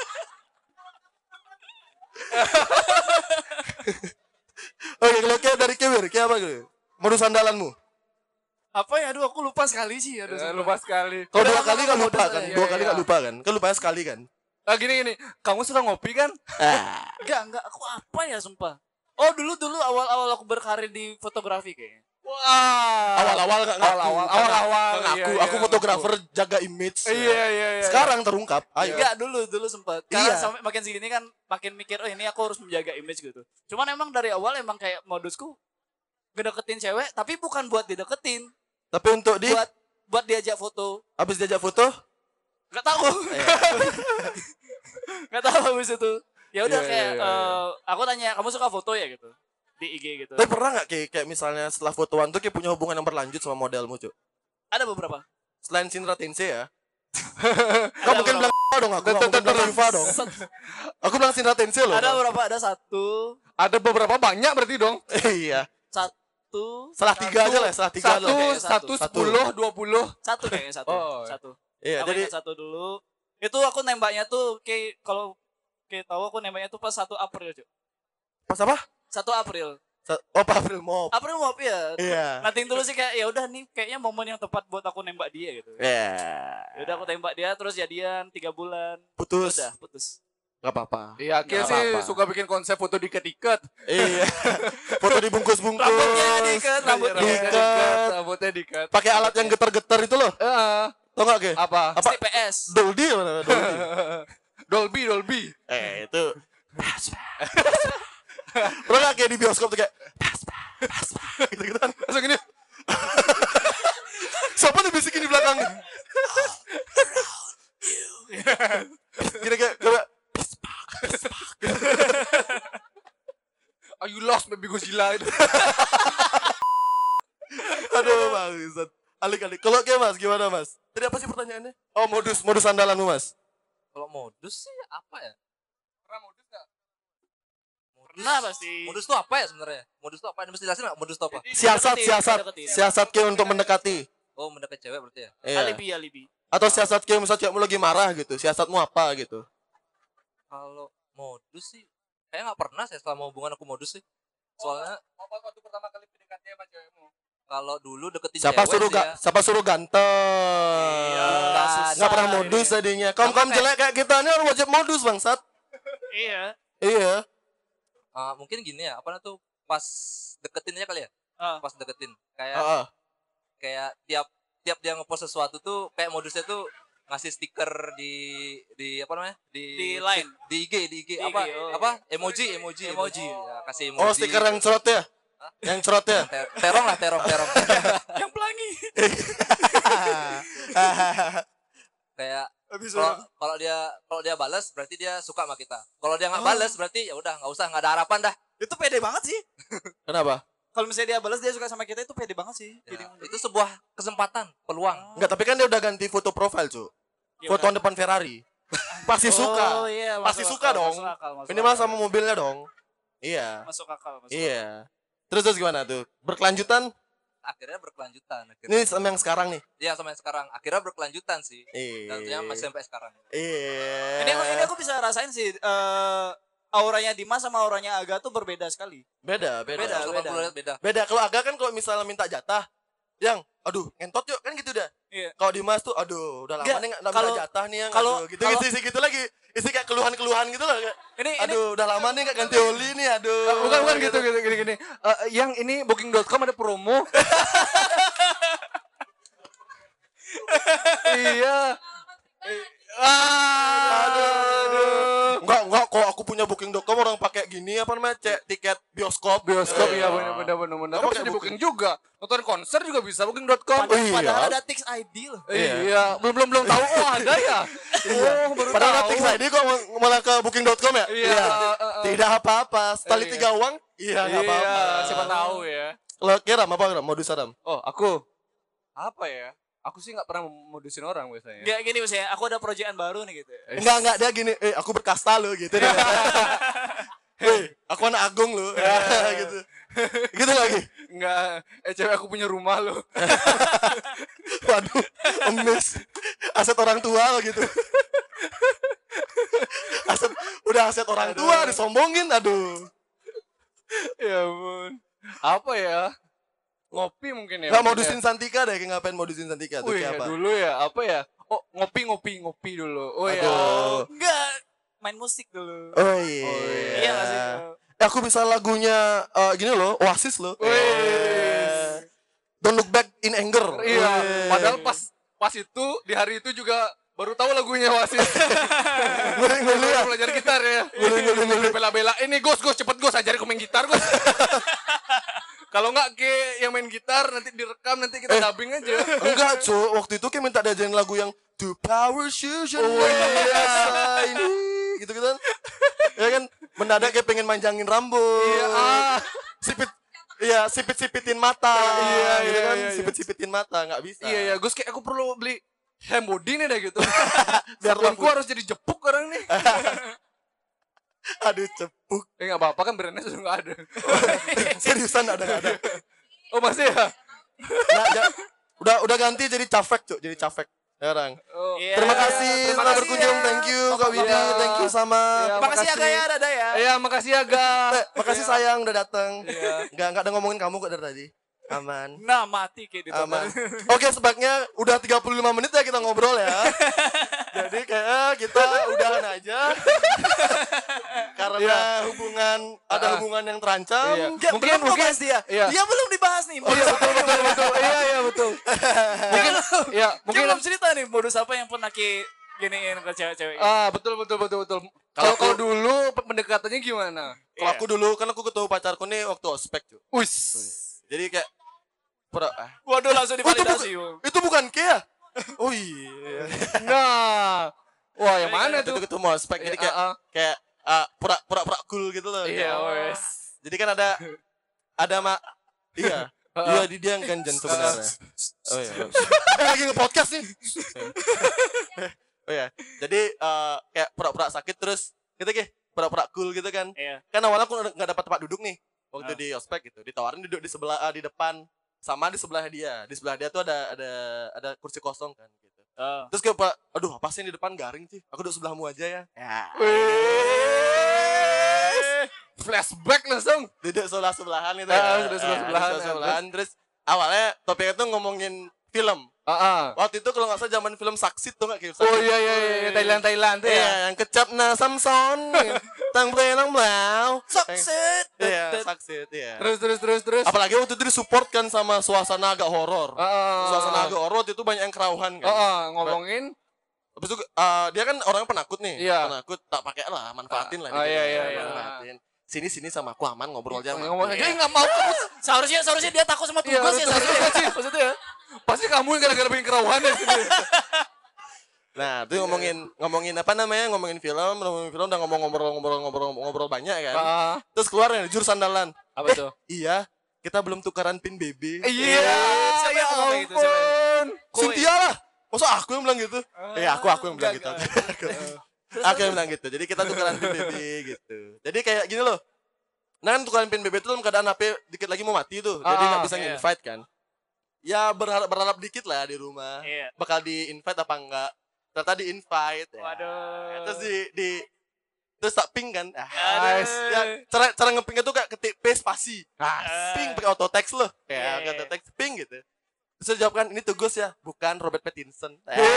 Oke, kalau kayak dari Kewir, kayak apa gitu? Modus andalanmu? Apa ya? Aduh, aku lupa sekali sih. Aduh, sumpah. Lupa sekali. Kalau Udah dua lama kali gak kan lupa modus kan? aja. Dua kali Iya. kan lupa kan? Kan lupanya sekali kan? Gini. Kamu suka ngopi kan? Enggak. Aku apa ya, sumpah. Oh, dulu awal aku berkarir di fotografi kayaknya. Wah. Awal-awal gak ngaku. Awal-awal. Gak ngaku. Iya, Aku fotografer jaga image. Iya. Sekarang terungkap. Ayo. Enggak, dulu sempat. Karena Iya. sampai makin segini kan makin mikir, oh ini aku harus menjaga image gitu. Cuman emang dari awal emang kayak modusku ngedeketin cewek, tapi bukan buat dideketin, Tapi untuk buat diajak foto. habis diajak foto, Enggak tahu. Enggak tahu habis itu. Ya udah Iya, kayak iya, iya. aku tanya kamu suka foto ya gitu di IG gitu. Tapi pernah nggak kayak misalnya setelah fotoan tuh kayak punya hubungan yang berlanjut sama modelmu, Cuk? Ada beberapa. Selain Sindra Tense ya. Kau mungkin bilang dong aku, nggak mungkin bilang Riva dong. Aku bilang Sindra Tense loh. Ada beberapa, ada satu, Ada beberapa banyak berarti dong. Iya. satu, Salah tiga aja lah, salah tiga Satu, loh. satu, Satu. 10, 20. satu kayaknya satu, Oh. satu. Iya, Aku jadi ingat satu dulu. Itu aku nembaknya tuh kayak kalau kayak tahu aku nembaknya tuh pas 1 April, Cuk. pas apa? 1 April. Oh, Pak April Mop. April mau ya. Iya. Nating dulu sih kayak ya udah nih kayaknya momen yang tepat buat aku nembak dia gitu. Iya. Ya udah aku tembak dia terus jadian 3 bulan. Putus. Udah putus. Gak apa-apa. Iya, Kia Nggak sih apa-apa. suka bikin konsep foto diikat-ikat. Iya. Foto dibungkus-bungkus. Rambutnya diikat, rambutnya diikat. Rambutnya diikat. Pakai alat yang getar-getar itu loh. Eh, Tau gak, Ge? apa? Apa? PS. Dolby mana? Dolby. Dolby. Itu. Pernah gak kayak di bioskop tuh kayak gitu-gitu kan. Langsung gini. Siapa nih bisikin di belakang? Gini kayak Are you lost baby Godzilla? aduh bangsat. Alik-alik. Kalau kayak Mas gimana Mas? Tadi apa sih pertanyaannya? Oh, modus andalanmu Mas. Kalau modus sih apa ya? Pernah modus nggak? Nah pasti. Modus tuh apa ya sebenarnya? Modus tuh apa? Ini mesti jelasin nggak? Modus tuh apa? Siasat kayak untuk mendekati. Oh, mendekat cewek berarti ya? Iya. Alibi. Atau siasat kayak misalnya cewekmu lagi marah gitu. Siasatmu apa gitu? Kalau modus sih, kayaknya nggak pernah saya selama hubungan aku modus sih. Soalnya Apa waktu pertama kali PDKT sama cewekmu? kalau dulu deketin Siapa cewek suruh sih ya, siapa suruh ganteng? Iya, Nggak pernah susah modus ini. tadinya. Kaum jelek kayak kita ini harus wajib modus bangsat. Iya. Iya. mungkin gini ya, apa namanya tuh pas deketin aja kali ya? Ah. Pas deketin, kayak Heeh. kayak tiap dia ngepost sesuatu tuh kayak modusnya tuh ngasih stiker di apa namanya Di line. di IG Di apa IG, oh. apa emoji ya, kasih emoji Oh, stiker yang cerot ya? Yang cerot ya? terong Yang pelangi. kayak Habis kalau dia balas berarti dia suka sama kita, kalau dia nggak balas berarti ya udah nggak usah, nggak ada harapan dah. itu pede banget sih. Kenapa? Kalau misalnya dia balas dia suka sama kita itu pede banget sih. Ya, itu sebuah kesempatan, peluang. Enggak, tapi kan dia udah ganti foto profil, Cuk. Ya Foto depan Ferrari. Pasti suka. Oh iya, Pasti masuk suka akal, dong. masuk akal, masuk Minimal akal. sama mobilnya dong. Iya. Masuk akal. Iya. Terus gimana tuh? Berkelanjutan? Akhirnya berkelanjutan. Ini sama yang sekarang nih. Iya, sama yang sekarang. Akhirnya berkelanjutan sih. Dan Iya. ternyata masih sampai sekarang. Iya. Ini aku bisa rasain sih auranya Dimas sama auranya Aga tuh berbeda sekali. Beda. 180 derajat beda. Beda. Kalau Aga kan kalau misalnya minta jatah, yang aduh ngentot yuk kan gitu dah. Iya. Kalau Dimas tuh aduh udah lama Nggak, nih nggak kalau- minta jatah nih yang kalau- aduh gitu gitu lagi. Isi kayak keluhan-keluhan gitu loh. Kayak, Ini aduh udah lama nih nggak ganti oli nih aduh. Bukan gitu gini. Yang ini booking.com ada promo. Iya. Aduh. Enggak kok aku punya booking.com orang pakai gini apa namanya cek tiket bioskop. Bioskop iya benar. Kamu Bisa kayak di booking juga. Nonton konser juga bisa booking.com. padahal ada Tix ID loh. Iya, belum tahu. Oh, ada ya. Oh, baru Padahal tahu. Netflix ID kok malah ke booking.com ya? Iya. Tidak apa-apa. Sekali Iya. 3 uang, iya enggak Iya, apa-apa. siapa tahu ya. Kalau kira apa Ram? Modus Ram? Oh, aku apa ya? Aku sih nggak pernah modusin orang biasanya. Nggak gini misalnya, aku ada proyekan baru nih gitu. Enggak dia gini, aku berkasta lo gitu. Aku anak agung lo. Gitu. Gitu lagi. Enggak, cewek aku punya rumah loh. Waduh, emis. Aset orang tua gitu. Aset orang tua disombongin, aduh. Ya ampun. Apa ya? Ngopi mungkin ya. Enggak mungkin modusin Santika deh, kayak ngapain modusin Santika tuh Wih, kayak apa? dulu ya, apa ya? Oh, ngopi dulu. Oh ya. Aduh. Enggak, main musik dulu. Oh iya. Iya nggak sih? Aku bisa lagunya gini loh, Oasis loh. Wih. Don't Look Back in Anger. Iya, Wih. padahal pas itu di hari itu juga baru tahu lagunya Oasis. Ngeli-ngeli ya. Belajar gitar ya. Ngeli-ngeli. Bela-bela ini Gus cepet Gus ajarin aku main gitar Gus. Kalau enggak ke yang main gitar nanti direkam nanti kita dubbing aja. Enggak, Cuk. Waktu itu kayak minta diajarin lagu yang To Power Fusion. Ini gitu kan. Ya kan? mendadak kayak pengen manjangin rambut. Iya, Sipit. Iya, sipit-sipitin mata. Iya, gitu iya, kan. iya, iya. Sipit-sipitin mata, nggak bisa. Iya, Gus kayak aku perlu beli hand body nih dah gitu. Biar Sabunku rambut. harus jadi jepuk orang nih. Aduh, cepuk. Enggak apa-apa kan brandnya sudah enggak ada. Seriusan ada. Oh, masih ya? Nah, udah ganti jadi cafek, Cuk. Jadi cafek sekarang. Oh. Iya. Terima kasih terima telah kasih berkunjung. ya. Thank you Kak Widi, Iya. thank you sama. Iya, Makasih Aga ya, dadah ya. Iya, makasih ya, Ga. Makasih sayang udah datang. Iya. Enggak ada ngomongin kamu kok dari tadi. Aman. Nah, mati kayak gitu. Aman. Oke, sebaiknya udah 35 menit ya kita ngobrol ya. Jadi kayak kita udahan aja. Karena hubungan yang terancam. Iya. Enggak, belum ngebahas dia. Iya. Dia belum dibahas nih. Oh, iya, betul. Iya, betul. Mungkin ya, Dia mungkin belum cerita nih modus apa yang pernah giniin ke cewek-cewek. betul. Kalau Kalau dulu pendekatannya gimana? Kalau aku dulu kan aku ketemu pacarku nih waktu ospek, Cuk. Wis. Jadi kayak Waduh, langsung Oh, divalidasi. itu bukan Kia. Oh iya. Nah. Wah, yang mana Itu tuh? ketemu ospek jadi kayak kayak pura-pura cool gitu loh. Iya, Kayak- wes. Jadi kan ada iya. Iya, dia yang ganjen sebenarnya. Oh iya. Lagi nge-podcast nih. Oh iya. Jadi kayak pura-pura sakit terus kita kayak pura-pura cool gitu kan. Iya. Kan awalnya aku nggak dapat tempat duduk nih waktu di ospek gitu. Ditawarin duduk di sebelah di depan sama di sebelahnya dia. Di sebelah dia tuh ada kursi kosong kan gitu. Terus kayak aduh apa sih yang di depan garing sih? Aku duduk sebelahmu aja ya. Flashback langsung. Duduk sebelahan gitu Duduk sebelah-sebelahan. duduk sebelahan. Terus awalnya topiknya tuh ngomongin film. Waktu itu kalau nggak salah zaman film Saksit tuh nggak kayak Oh iya, Thailand tuh Iya, ya. yang kecap na Samson, tang belang blau. Saksit. Iya, Saksit, iya. Terus. Apalagi waktu itu disupport kan sama suasana agak horor. Suasana agak horor itu banyak yang kerauhan kan. Ngomongin Habis itu dia kan orangnya penakut nih. Iya. Penakut tak pakai lah, manfaatin lah. Iya. Manfaatin. Sini sama aku aman ngobrol aja. sama ngomong aku. aja enggak mau. Seharusnya dia takut sama Iya, tugas ya betul. seharusnya. Maksudnya. Pasti kamu yang gara-gara bikin kerauhan ya sini. Nah, itu ngomongin apa namanya? Ngomongin film udah ngobrol banyak kan. Terus keluar nih jurusan sandalan. Apa tuh? Iya, kita belum tukaran pin BB. Iya. Siapa yang ngomong kayak gitu? Siapa yang- Ampun. Cynthia lah. Masa aku yang bilang gitu? Iya, aku yang bilang gitu. Aku yang bilang gitu. Jadi kita tukaran pin BB gitu. Jadi kayak gini loh. Nah kan tukaran pin BB itu dalam keadaan HP dikit lagi mau mati tuh. Jadi nggak bisa iya. nge-invite kan. Ya berharap dikit lah di rumah. Iya. Bakal di-invite apa enggak. Ternyata di-invite. Ya. Waduh. Terus terus tak ping kan. Aduh. Ya, cara nge-pingnya tuh kayak ketik P spasi. Ping pakai auto text loh. Iya, Kayak iya. auto text ping gitu. Terus dia jawabkan ini tugas ya, bukan Robert Pattinson.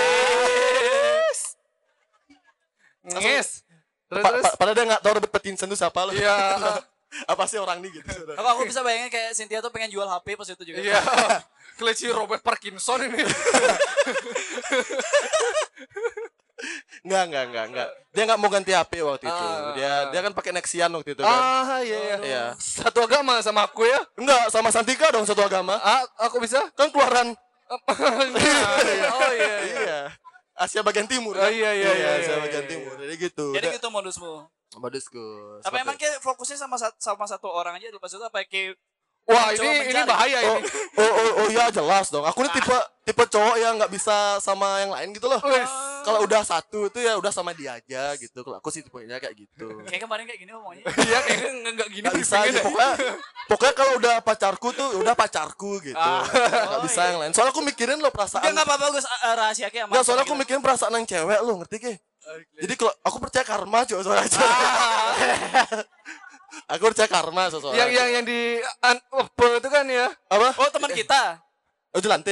Nges. Terus. Padahal dia nggak tahu Robert Pattinson itu siapa loh. Iya. Apa sih orang ini gitu. Aku bisa bayangin kayak Cynthia tuh pengen jual HP pas itu juga. Iya. Kleci Robert Parkinson ini. Enggak. Dia nggak mau ganti HP waktu itu. Dia kan pakai Nexian waktu itu kan. Iya. Iya. Satu agama sama aku ya. Enggak, sama Santika dong satu agama. Aku bisa? Kan keluaran. Oh iya. Iya. Asia bagian timur. Oh, kan? iya, Asia iya. bagian timur. Jadi gitu. Jadi gitu modusmu. Modusku. Apa emang kayak fokusnya sama satu orang aja lepas itu apa kayak Wah, coba ini mencari? bahaya Oh, ini. oh ya jelas dong. Aku ini tipe cowok yang nggak bisa sama yang lain gitu loh. Kalau udah satu itu ya udah sama dia aja gitu. Kalau aku sih tipenya kayak gitu. kayak kemarin kayak gini ngomongnya. Iya, kayaknya enggak gini. Gak bisa aja pokoknya kalau udah pacarku tuh udah pacarku gitu. Gak bisa yang lain. Soalnya aku mikirin lo perasaan. Enggak apa-apa Gus, rahasia kayak Enggak, soalnya aku mikirin perasaan yang cewek lo, ngerti ke? Jadi kalau aku percaya karma coba soalnya aja. Aku percaya karma soalnya. Yang di apa itu kan ya? Apa? Oh, teman kita. Oh, jelantik.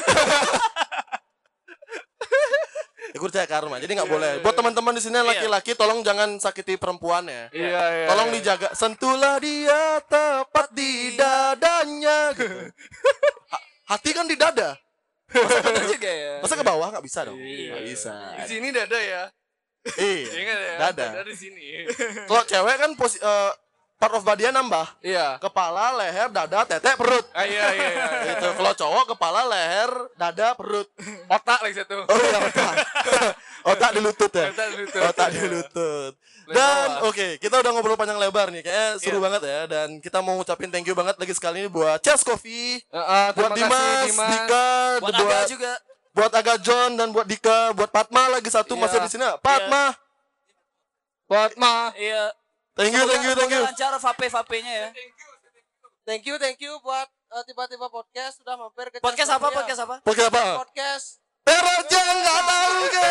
Aku percaya karma. Jadi nggak boleh. Buat teman-teman di sini yang laki-laki, tolong jangan sakiti perempuan ya. Iya. Tolong dijaga. Sentuhlah dia tepat di dadanya. Gitu. Hati kan di dada. Bener juga ya. Masa ke bawah nggak bisa dong? Iya. Nggak bisa. Di sini dada ya. Iya. Ingat ya. Dada. Dada di sini. Kalau cewek kan part of body-nya nambah. Iya. Kepala, leher, dada, tete, perut. Iya. Gitu. Kalau cowok kepala, leher, dada, perut. Otak lagi satu. Oh iya, otak. Otak di lutut ya. Otak di lutut. Otak di lutut. Boleh Dan bawa. oke, kita udah ngobrol panjang lebar nih. Kayaknya seru banget ya. Dan kita mau ngucapin thank you banget lagi sekali ini buat Chess Coffee, buat Terima kasih, Dimas, Dika, Buat Aga juga. buat Aga John dan buat Dika, buat Fatma lagi satu Iya. masih di sini. Fatma, Fatma. Iya. thank you. Semoga lancar vape-vapenya ya. Thank you buat tiba-tiba podcast sudah mampir ke Podcast Chess apa? Coffee ya. Podcast apa? Pakai apa? Podcast Raja nggak tahu ke?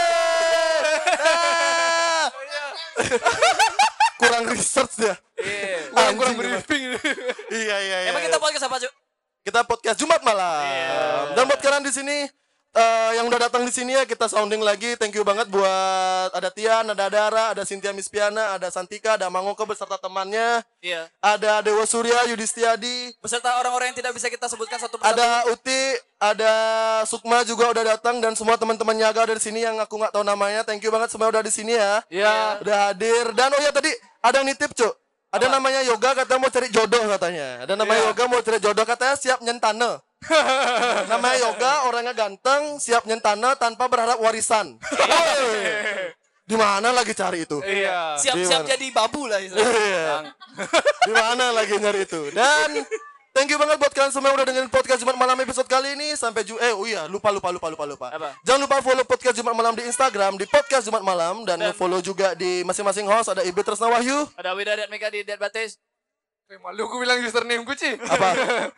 Kurang research dia. Kurang Anjing, briefing ini. Iya. Emang kita podcast apa, Cuk? Kita podcast Jumat malam. Iya. Dan buat kalian di sini yang udah datang di sini ya, kita sounding lagi. Thank you banget buat ada Tian, ada Dara, ada Cynthia Mispiana, ada Santika, ada Mangoko beserta temannya, Iya. ada Dewa Surya, Yudistiadi, Beserta orang-orang yang tidak bisa kita sebutkan satu persatu. ada Uti, ada Sukma juga udah datang dan semua teman-teman Nyaga dari sini yang aku nggak tahu namanya. Thank you banget semua udah di sini ya. Iya. Udah hadir. Dan oh ya tadi ada yang nitip, Cuk. Ada namanya Yoga katanya mau cari jodoh katanya. Ada namanya Iya. Yoga mau cari jodoh katanya siap nyentane. Namanya Yoga, orangnya ganteng, siap nyentane tanpa berharap warisan. Woi. Di mana lagi cari itu? Iya. Siap-siap Gimana? jadi babu lah istilahnya. Iya. Di mana lagi nyari itu? Dan thank you banget buat kalian semua yang udah dengerin podcast Jumat Malam episode kali ini. Sampai lupa. Apa? Jangan lupa follow podcast Jumat Malam di Instagram di podcast Jumat Malam dan follow juga di masing-masing host. Ada Ibu Tresna Wahyu. Ada Wida dan Mega di Dead Batis. Malu aku bilang username ku, Ci. Apa?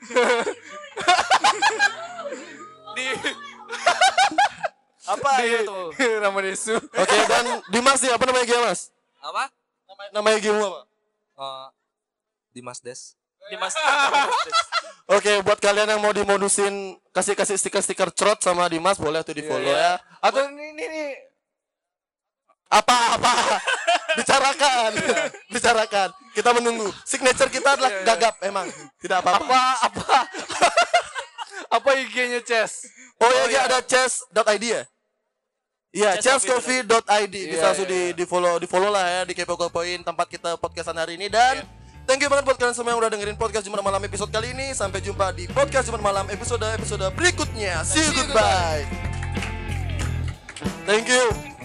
Apa itu? Ramadesu. Oke, dan Dimas nih, apa namanya game Mas? Apa? Namanya game apa? Dimas Des. Dimas. Oke, buat kalian yang mau dimodusin kasih stiker-stiker crot sama Dimas boleh tuh di follow ya. Atau ini Apa? Bicarakan. Bicarakan. Kita menunggu. Signature kita adalah gagap emang. Tidak apa-apa. apa IG-nya Chess? Oh iya, ada chess.id ya? Iya, chesscoffee.id. chesscoffee.id. Bisa langsung di follow lah ya, di kepo-kepoin tempat kita podcastan hari ini. Dan thank you banget buat kalian semua yang udah dengerin podcast Jumat Malam episode kali ini. Sampai jumpa di podcast Jumat Malam episode berikutnya. See you, goodbye. Thank you.